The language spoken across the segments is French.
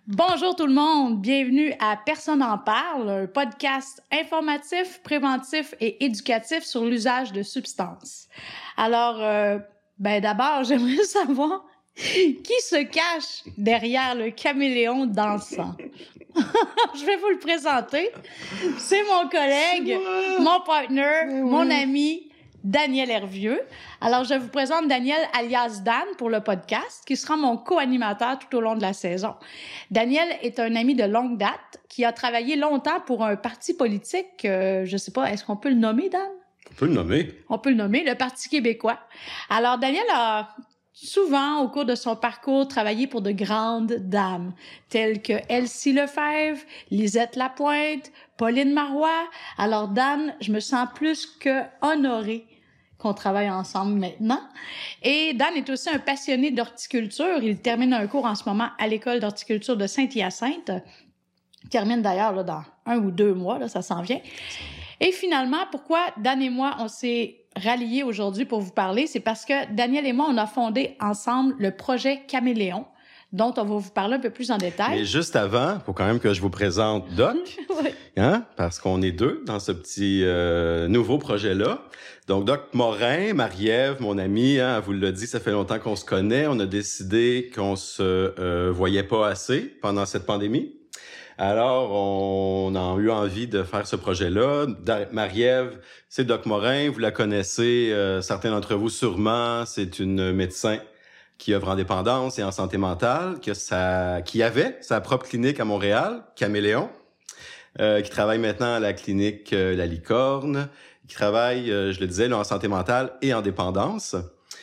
Bonjour tout le monde, bienvenue à Personne en parle, un podcast informatif, préventif et éducatif sur l'usage de substances. Alors, d'abord, j'aimerais savoir qui se cache derrière le caméléon dansant. Je vais vous le présenter. C'est mon collègue, mon partner, mon ami, Daniel Hervieux. Alors, je vous présente Daniel alias Dan pour le podcast, qui sera mon co-animateur tout au long de la saison. Daniel est un ami de longue date qui a travaillé longtemps pour un parti politique, je sais pas, est-ce qu'on peut le nommer, Dan? On peut le nommer. On peut le nommer, le Parti québécois. Alors, Daniel a souvent, au cours de son parcours, travaillé pour de grandes dames, telles que Elsie Lefebvre, Lisette Lapointe, Pauline Marois. Alors, Dan, je me sens plus que honorée qu'on travaille ensemble maintenant. Et Dan est aussi un passionné d'horticulture. Il termine un cours en ce moment à l'école d'horticulture de Saint-Hyacinthe. Il termine d'ailleurs là, dans 1 ou 2 mois, là, ça s'en vient. Et finalement, pourquoi Dan et moi, on s'est ralliés aujourd'hui pour vous parler, c'est parce que Daniel et moi, on a fondé ensemble le projet Caméléon, dont on va vous parler un peu plus en détail. Mais juste avant, il faut quand même que je vous présente Doc, Oui. hein, parce qu'on est deux dans ce petit nouveau projet-là. Donc, Doc Morin, Marie-Ève, mon ami, hein, elle vous l'a dit, ça fait longtemps qu'on se connaît. On a décidé qu'on se voyait pas assez pendant cette pandémie. Alors, on a eu envie de faire ce projet-là. Marie-Ève, c'est Doc Morin, vous la connaissez, certains d'entre vous sûrement, c'est une médecin qui œuvre en dépendance et en santé mentale, qui avait sa propre clinique à Montréal, Caméléon, qui travaille maintenant à la clinique La Licorne, qui travaille, je le disais, là, en santé mentale et en dépendance.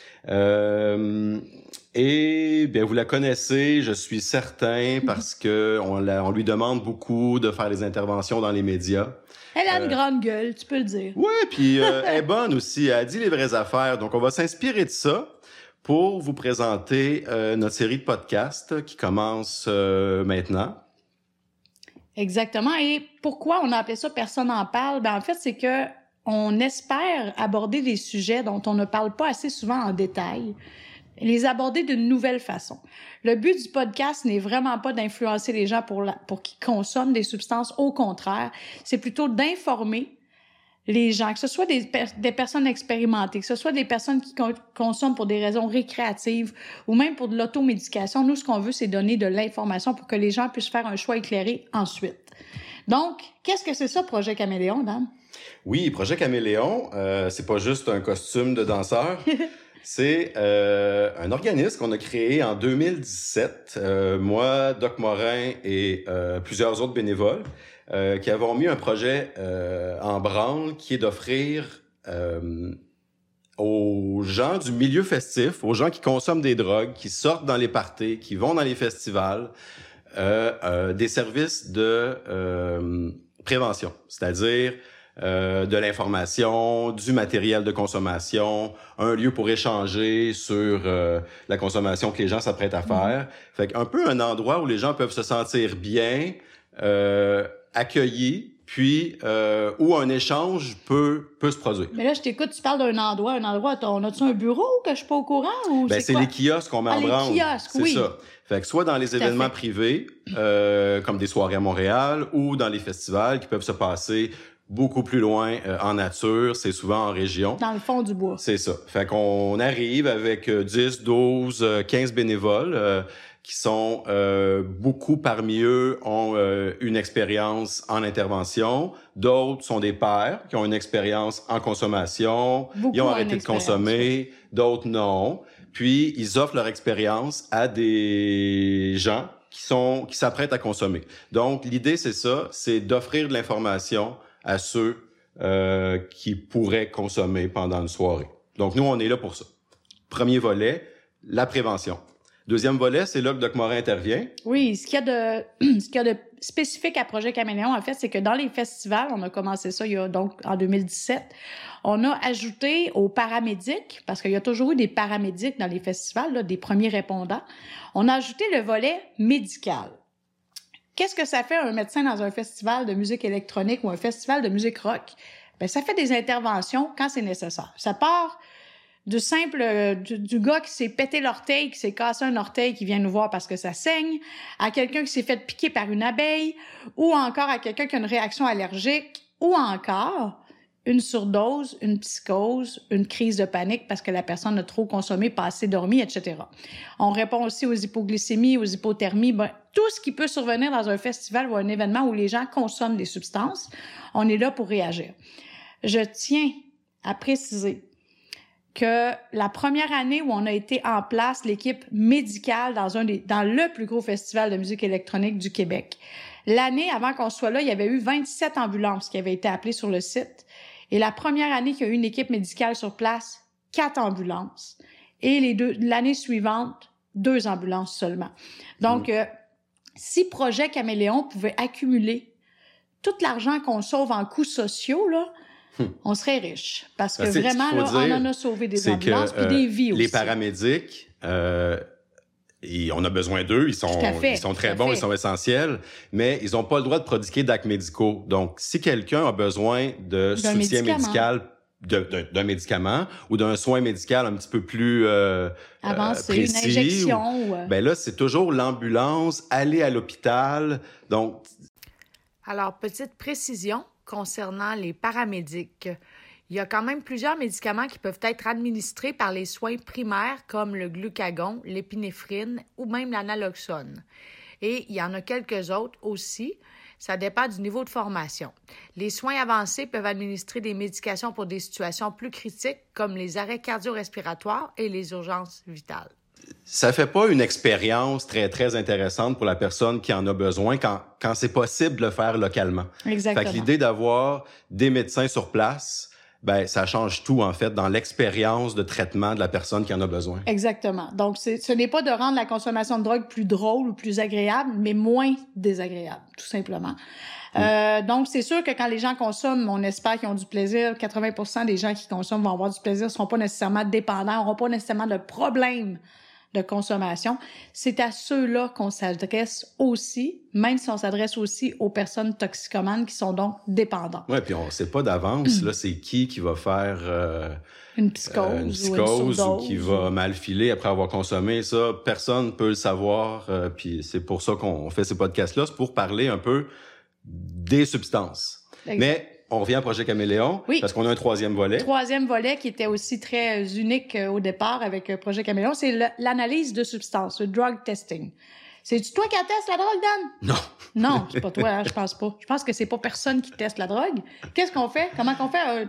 Et bien vous la connaissez, je suis certain, parce que on lui demande beaucoup de faire des interventions dans les médias. Elle a une grande gueule, tu peux le dire. Oui, puis elle est bonne aussi, elle dit les vraies affaires. Donc on va s'inspirer de ça pour vous présenter notre série de podcasts qui commence maintenant. Exactement. Et pourquoi on a appelé ça Personne en parle? En fait, c'est que on espère aborder des sujets dont on ne parle pas assez souvent en détail, les aborder d'une nouvelle façon. Le but du podcast n'est vraiment pas d'influencer les gens pour qu'ils consomment des substances. Au contraire, c'est plutôt d'informer les gens, que ce soit des personnes expérimentées, que ce soit des personnes qui consomment pour des raisons récréatives ou même pour de l'automédication. Nous, ce qu'on veut, c'est donner de l'information pour que les gens puissent faire un choix éclairé ensuite. Donc, qu'est-ce que c'est ça, Projet Caméléon, Dan? Oui, Projet Caméléon, c'est pas juste un costume de danseur. C'est un organisme qu'on a créé en 2017. Moi, Doc Morin et plusieurs autres bénévoles qui avons mis un projet en branle qui est d'offrir aux gens du milieu festif, aux gens qui consomment des drogues, qui sortent dans les parties, qui vont dans les festivals, des services de prévention, c'est-à-dire de l'information, du matériel de consommation, un lieu pour échanger sur la consommation que les gens s'apprêtent à faire. Fait qu'un peu un endroit où les gens peuvent se sentir bien, accueillis, puis où un échange peut se produire. Mais là, je t'écoute, tu parles d'un endroit. On a-tu un bureau que je suis pas au courant? Ou c'est les kiosques qu'on met en branle. Les kiosques, c'est oui. Ça. Fait que soit dans les événements privés, comme des soirées à Montréal, ou dans les festivals qui peuvent se passer beaucoup plus loin en nature, c'est souvent en région. Dans le fond du bois. C'est ça. Fait qu'on arrive avec 10, 12, 15 bénévoles qui sont beaucoup parmi eux ont une expérience en intervention, d'autres sont des pairs qui ont une expérience en consommation, ils ont arrêté de consommer, d'autres non. Puis ils offrent leur expérience à des gens qui s'apprêtent à consommer. Donc l'idée c'est ça, c'est d'offrir de l'information à ceux qui pourraient consommer pendant une soirée. Donc, nous, on est là pour ça. Premier volet, la prévention. Deuxième volet, c'est là que Doc Morin intervient. Oui, ce qu'il y a de spécifique à Projet Caméléon, en fait, c'est que dans les festivals, on a commencé ça en 2017, on a ajouté aux paramédics, parce qu'il y a toujours eu des paramédics dans les festivals, là, des premiers répondants, on a ajouté le volet médical. Qu'est-ce que ça fait un médecin dans un festival de musique électronique ou un festival de musique rock? Ça fait des interventions quand c'est nécessaire. Ça part du gars qui s'est pété l'orteil, qui s'est cassé un orteil, qui vient nous voir parce que ça saigne, à quelqu'un qui s'est fait piquer par une abeille, ou encore à quelqu'un qui a une réaction allergique, ou encore une surdose, une psychose, une crise de panique parce que la personne a trop consommé, pas assez dormi, etc. On répond aussi aux hypoglycémies, aux hypothermies, tout ce qui peut survenir dans un festival ou un événement où les gens consomment des substances, on est là pour réagir. Je tiens à préciser que la première année où on a été en place, l'équipe médicale dans le plus gros festival de musique électronique du Québec, l'année avant qu'on soit là, il y avait eu 27 ambulances qui avaient été appelées sur le site. Et la première année qu'il y a eu une équipe médicale sur place, 4 ambulances. Et l'année suivante, 2 ambulances seulement. Donc, si Projet Caméléon pouvait accumuler tout l'argent qu'on sauve en coûts sociaux, là, on serait riche. Parce que vraiment, là, on en a sauvé des ambulances puis des vies aussi. Les paramédics, on a besoin d'eux, ils sont très bons, ils sont essentiels, mais ils n'ont pas le droit de prodiguer d'actes médicaux. Donc, si quelqu'un a besoin de soutien médical, d'un médicament ou d'un soin médical un petit peu plus avancé, précis, une injection. Ben là, c'est toujours l'ambulance, aller à l'hôpital. Donc, alors, petite précision concernant les paramédics. Il y a quand même plusieurs médicaments qui peuvent être administrés par les soins primaires comme le glucagon, l'épinéphrine ou même l'analoxone. Et il y en a quelques autres aussi. Ça dépend du niveau de formation. Les soins avancés peuvent administrer des médications pour des situations plus critiques comme les arrêts cardio-respiratoires et les urgences vitales. Ça fait pas une expérience très, très intéressante pour la personne qui en a besoin quand c'est possible de le faire localement. Exactement. Fait que l'idée d'avoir des médecins sur place, ben ça change tout, en fait, dans l'expérience de traitement de la personne qui en a besoin. Exactement. Donc, ce n'est pas de rendre la consommation de drogue plus drôle ou plus agréable, mais moins désagréable, tout simplement. Donc, c'est sûr que quand les gens consomment, on espère qu'ils ont du plaisir. 80% des gens qui consomment vont avoir du plaisir, ne seront pas nécessairement dépendants, n'auront pas nécessairement de problème de consommation. C'est à ceux-là qu'on s'adresse aussi, même si on s'adresse aussi aux personnes toxicomanes qui sont donc dépendantes. Oui, puis on ne sait pas d'avance, là, c'est qui va faire une psychose ou qui va mal filer après avoir consommé. Ça, personne ne peut le savoir. Puis c'est pour ça qu'on fait ces podcasts-là, c'est pour parler un peu des substances. Exact. Mais on revient à Projet Caméléon, parce qu'on a un troisième volet. Troisième volet qui était aussi très unique au départ avec Projet Caméléon, c'est l'analyse de substances, le drug testing. C'est-tu toi qui attestes la drogue, Dan? Non. Non, c'est pas toi, hein, je pense pas. Je pense que c'est pas personne qui teste la drogue. Qu'est-ce qu'on fait? Comment qu'on fait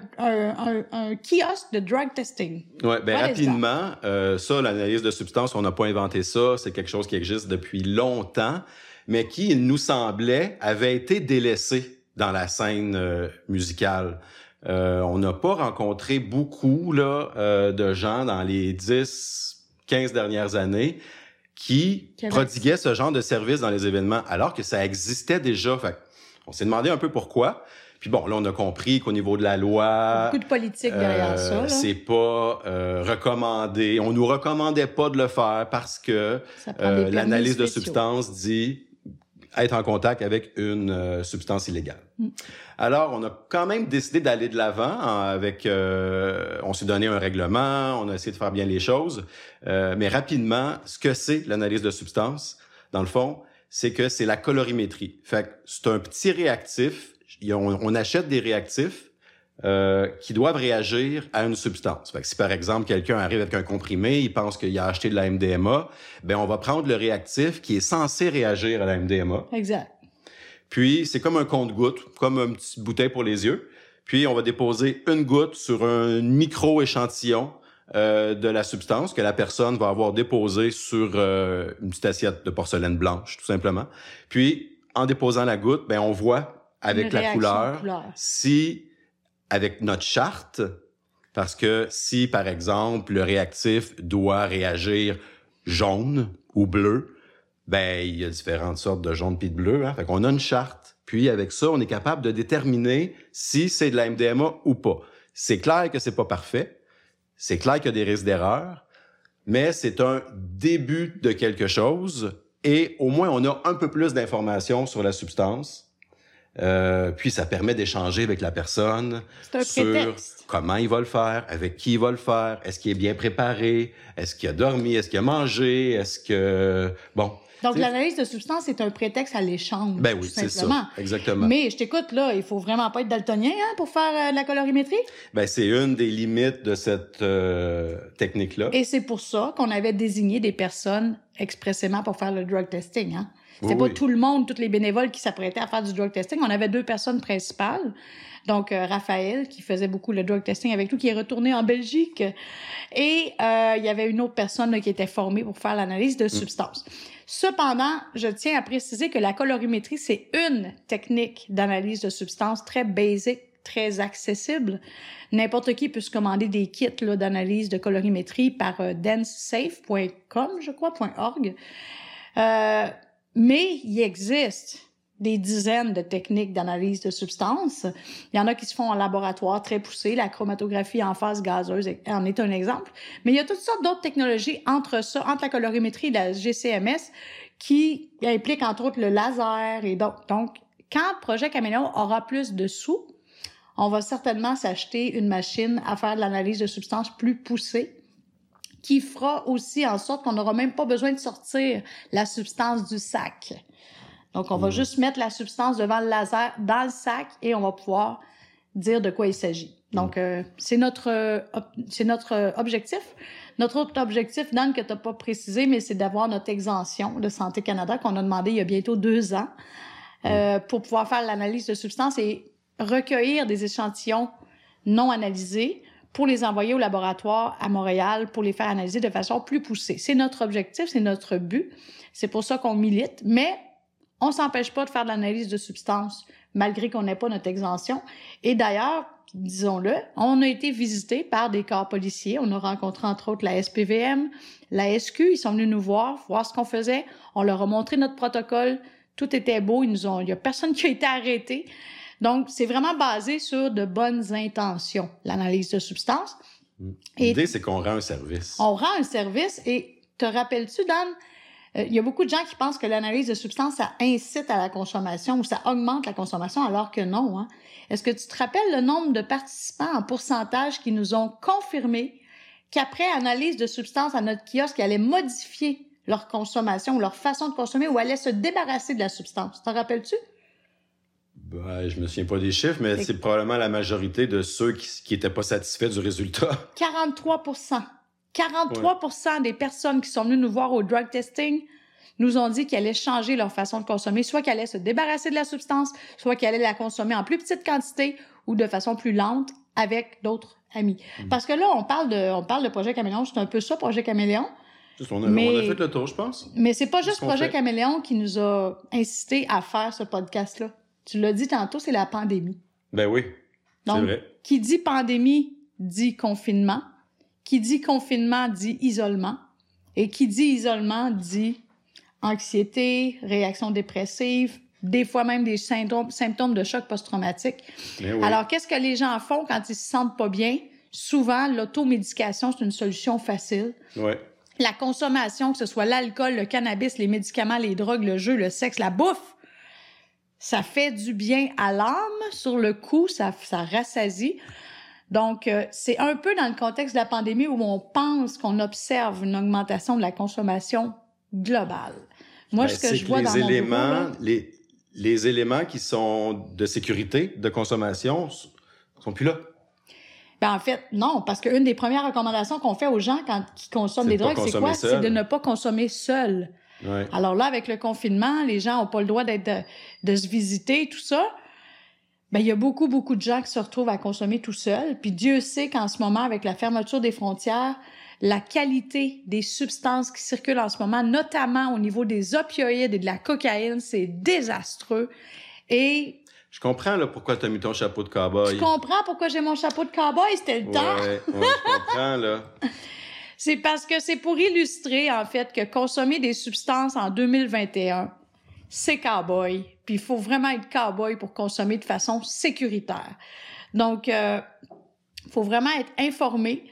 un kiosque de drug testing? Ouais, ben rapidement, ça, l'analyse de substances, on n'a pas inventé ça. C'est quelque chose qui existe depuis longtemps, mais qui, il nous semblait, avait été délaissé dans la scène musicale. On n'a pas rencontré beaucoup de gens dans les 10-15 dernières années qui prodiguaient ce genre de service dans les événements, alors que ça existait déjà. Fait on s'est demandé un peu pourquoi. Puis bon, là, on a compris qu'au niveau de la loi... Beaucoup de politique derrière ça. Là. C'est pas recommandé. On nous recommandait pas de le faire parce que l'analyse de substance dit être en contact avec une substance illégale. Alors, on a quand même décidé d'aller de l'avant avec... on s'est donné un règlement, on a essayé de faire bien les choses, mais rapidement, ce que c'est l'analyse de substance, dans le fond, c'est que c'est la colorimétrie. Fait que c'est un petit réactif, on achète des réactifs qui doivent réagir à une substance. Fait que si, par exemple, quelqu'un arrive avec un comprimé, il pense qu'il a acheté de la MDMA, ben on va prendre le réactif qui est censé réagir à la MDMA. Exact. Puis, c'est comme un compte-gouttes, comme une petite bouteille pour les yeux. Puis, on va déposer une goutte sur un micro-échantillon de la substance que la personne va avoir déposé sur une petite assiette de porcelaine blanche, tout simplement. Puis, en déposant la goutte, ben on voit avec la couleur si... avec notre charte, parce que si, par exemple, le réactif doit réagir jaune ou bleu, ben il y a différentes sortes de jaune puis de bleu. Hein? Fait qu'on a une charte. Puis, avec ça, on est capable de déterminer si c'est de la MDMA ou pas. C'est clair que c'est pas parfait. C'est clair qu'il y a des risques d'erreur. Mais c'est un début de quelque chose. Et au moins, on a un peu plus d'informations sur la substance. Puis ça permet d'échanger avec la personne C'est un sur prétexte. comment il va le faire, avec qui il va le faire, est-ce qu'il est bien préparé, est-ce qu'il a dormi, est-ce qu'il a mangé, est-ce que... Bon. Donc, l'analyse de substance, c'est un prétexte à l'échange. Ben oui, tout c'est simplement. ça. Exactement. Mais je t'écoute, là, il faut vraiment pas être daltonien pour faire de la colorimétrie. Ben, c'est une des limites de cette technique-là. Et c'est pour ça qu'on avait désigné des personnes expressément pour faire le drug testing. C'était pas tout le monde, tous les bénévoles qui s'apprêtaient à faire du drug testing. On avait 2 personnes principales. Donc, Raphaël, qui faisait beaucoup le drug testing avec nous, qui est retourné en Belgique. Et il y avait une autre personne là, qui était formée pour faire l'analyse de substances. Cependant, je tiens à préciser que la colorimétrie, c'est une technique d'analyse de substances très basique, très accessible. N'importe qui peut se commander des kits là, d'analyse de colorimétrie par dancesafe.com, je crois, .org. Mais il existe des dizaines de techniques d'analyse de substances. Il y en a qui se font en laboratoire très poussé. La chromatographie en phase gazeuse en est un exemple. Mais il y a toutes sortes d'autres technologies entre la colorimétrie et la GCMS qui impliquent entre autres le laser. Et donc quand Projet Caméléon aura plus de sous, on va certainement s'acheter une machine à faire de l'analyse de substances plus poussée qui fera aussi en sorte qu'on n'aura même pas besoin de sortir la substance du sac. Donc, on va juste mettre la substance devant le laser dans le sac et on va pouvoir dire de quoi il s'agit. Donc, c'est notre objectif. Notre autre objectif, Dan, que tu n'as pas précisé, mais c'est d'avoir notre exemption de Santé Canada qu'on a demandé il y a bientôt 2 ans pour pouvoir faire l'analyse de substances et recueillir des échantillons non analysés pour les envoyer au laboratoire à Montréal pour les faire analyser de façon plus poussée. C'est notre objectif, c'est notre but. C'est pour ça qu'on milite, mais on s'empêche pas de faire de l'analyse de substances malgré qu'on n'ait pas notre exemption. Et d'ailleurs, disons-le, on a été visité par des corps policiers. On a rencontré entre autres la SPVM, la SQ. Ils sont venus nous voir ce qu'on faisait. On leur a montré notre protocole. Tout était beau. Il y a personne qui a été arrêté. Donc, c'est vraiment basé sur de bonnes intentions, l'analyse de substances. L'idée, c'est qu'on rend un service. On rend un service. Et te rappelles-tu, Dan, il y a beaucoup de gens qui pensent que l'analyse de substances, ça incite à la consommation ou ça augmente la consommation, alors que non. Est-ce que tu te rappelles le nombre de participants en pourcentage qui nous ont confirmé qu'après analyse de substances à notre kiosque, ils allaient modifier leur consommation ou leur façon de consommer ou allaient se débarrasser de la substance? T'en rappelles-tu? Ben, je me souviens pas des chiffres, mais c'est probablement la majorité de ceux qui étaient pas satisfaits du résultat. 43%. 43% des personnes qui sont venues nous voir au drug testing nous ont dit qu'ils allaient changer leur façon de consommer, soit qu'ils allaient se débarrasser de la substance, soit qu'ils allaient la consommer en plus petite quantité ou de façon plus lente avec d'autres amis. Parce que là, on parle de Projet Caméléon, c'est un peu ça, Projet Caméléon. On a fait le tour, je pense. Mais c'est pas juste Projet Caméléon qui nous a incité à faire ce podcast-là. Tu l'as dit tantôt, c'est la pandémie. Ben oui, c'est vrai. Qui dit pandémie dit confinement. Qui dit confinement dit isolement. Et qui dit isolement dit anxiété, réaction dépressive, des fois même des symptômes de choc post-traumatique. Oui. Alors, qu'est-ce que les gens font quand ils se sentent pas bien? Souvent, l'automédication, c'est une solution facile. Ouais. La consommation, que ce soit l'alcool, le cannabis, les médicaments, les drogues, le jeu, le sexe, la bouffe, ça fait du bien à l'âme. Sur le coup, ça rassasie. Donc, c'est un peu dans le contexte de la pandémie où on pense qu'on observe une augmentation de la consommation globale. Moi, ce que je vois dans mon bureau, là, les éléments qui sont de sécurité, de consommation, sont plus là. Ben en fait, non, parce qu'une des premières recommandations qu'on fait aux gens qui consomment des drogues, c'est quoi? C'est de ne pas consommer seul. Ouais. Alors là, avec le confinement, les gens n'ont pas le droit de se visiter, tout ça. Ben, il y a beaucoup, beaucoup de gens qui se retrouvent à consommer tout seuls. Puis Dieu sait qu'en ce moment, avec la fermeture des frontières, la qualité des substances qui circulent en ce moment, notamment au niveau des opioïdes et de la cocaïne, c'est désastreux. Et je comprends là, pourquoi tu as mis ton chapeau de cow-boy. je comprends pourquoi j'ai mon chapeau de cow-boy, c'était le temps. Ouais, je comprends, là. C'est parce que c'est pour illustrer, en fait, que consommer des substances en 2021, c'est cow-boy. Puis il faut vraiment être cow-boy pour consommer de façon sécuritaire. Donc, faut vraiment être informé.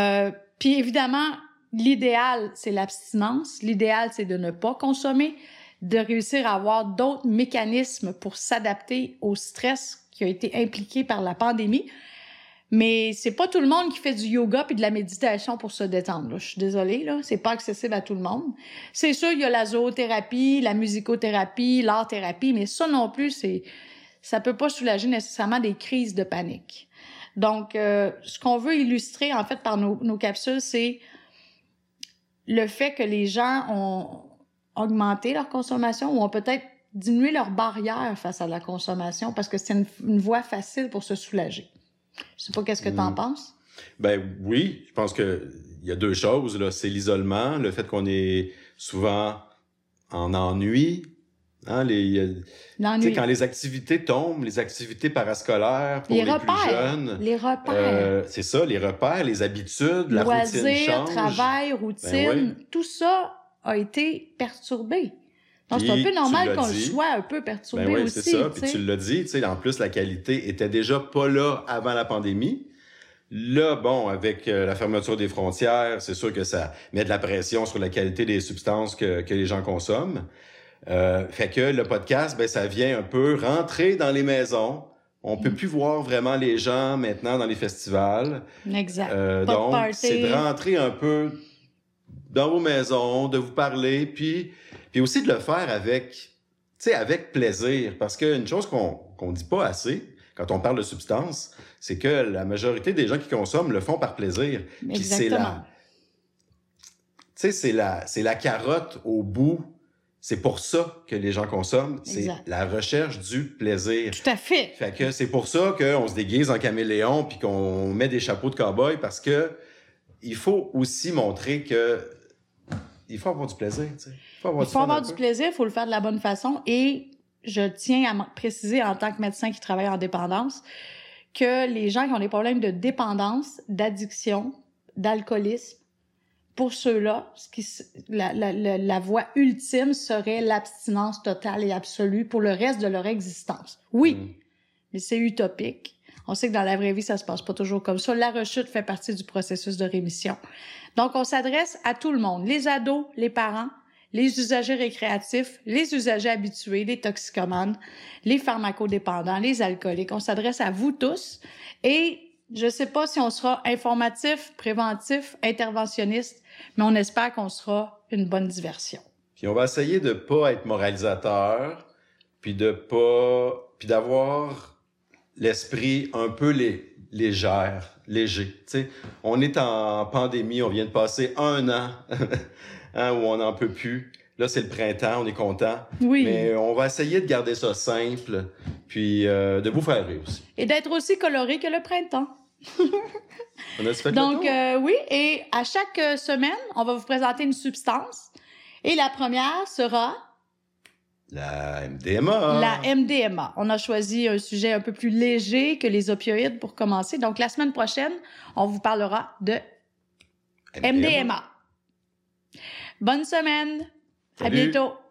Puis évidemment, l'idéal, c'est l'abstinence. L'idéal, c'est de ne pas consommer. de réussir à avoir d'autres mécanismes pour s'adapter au stress qui a été impliqué par la pandémie. Mais c'est pas tout le monde qui fait du yoga puis de la méditation pour se détendre, là. Je suis désolée, là. C'est pas accessible à tout le monde. C'est sûr, il y a la zoothérapie, la musicothérapie, l'art-thérapie, mais ça non plus, ça peut pas soulager nécessairement des crises de panique. Donc, ce qu'on veut illustrer, en fait, par nos capsules, c'est le fait que les gens ont augmenté leur consommation ou ont peut-être diminué leurs barrières face à la consommation parce que c'est une voie facile pour se soulager. Je sais pas qu'est-ce que tu en penses? Ben oui, je pense que il y a deux choses là, c'est l'isolement, le fait qu'on est souvent en ennui, hein, tu sais quand les activités tombent, les activités parascolaires pour les plus jeunes, les repères, c'est ça, les repères, les habitudes, la routine change, travail, routine, tout ça a été perturbé. Donc, c'est un peu normal qu'on le soit un peu perturbé oui, aussi. C'est ça. Puis tu l'as dit, tu sais, en plus, la qualité était déjà pas là avant la pandémie. Là, bon, avec la fermeture des frontières, c'est sûr que ça met de la pression sur la qualité des substances que les gens consomment. Fait que le podcast, ben, ça vient un peu rentrer dans les maisons. On peut plus voir vraiment les gens maintenant dans les festivals. Exact. Donc, c'est de rentrer un peu dans vos maisons, de vous parler, puis aussi de le faire avec plaisir. Parce qu'une chose qu'on dit pas assez quand on parle de substances, c'est que la majorité des gens qui consomment le font par plaisir. Puis c'est la carotte au bout. C'est pour ça que les gens consomment. C'est la recherche du plaisir. Tout à fait. Fait que c'est pour ça qu'on se déguise en caméléon puis qu'on met des chapeaux de cow-boy parce que il faut aussi montrer que il faut avoir du plaisir, tu sais. Il faut avoir du plaisir, il faut le faire de la bonne façon. Et je tiens à préciser, en tant que médecin qui travaille en dépendance, que les gens qui ont des problèmes de dépendance, d'addiction, d'alcoolisme, pour ceux-là, la voie ultime serait l'abstinence totale et absolue pour le reste de leur existence. Oui, mais c'est utopique. On sait que dans la vraie vie, ça se passe pas toujours comme ça. La rechute fait partie du processus de rémission. Donc, on s'adresse à tout le monde. Les ados, les parents, les usagers récréatifs, les usagers habitués, les toxicomanes, les pharmacodépendants, les alcooliques. On s'adresse à vous tous. Et je sais pas si on sera informatif, préventif, interventionniste, mais on espère qu'on sera une bonne diversion. Puis on va essayer de pas être moralisateur, puis d'avoir l'esprit un peu léger. Tu sais, on est en pandémie, on vient de passer 1 an hein, où on n'en peut plus. Là, c'est le printemps, on est content. Oui. Mais on va essayer de garder ça simple, puis de vous faire rire aussi. Et d'être aussi coloré que le printemps. On a fait donc, oui, et à chaque semaine, on va vous présenter une substance. Et la première sera... La MDMA. La MDMA. On a choisi un sujet un peu plus léger que les opioïdes pour commencer. Donc, la semaine prochaine, on vous parlera de MDMA. Bonne semaine. Salut. À bientôt.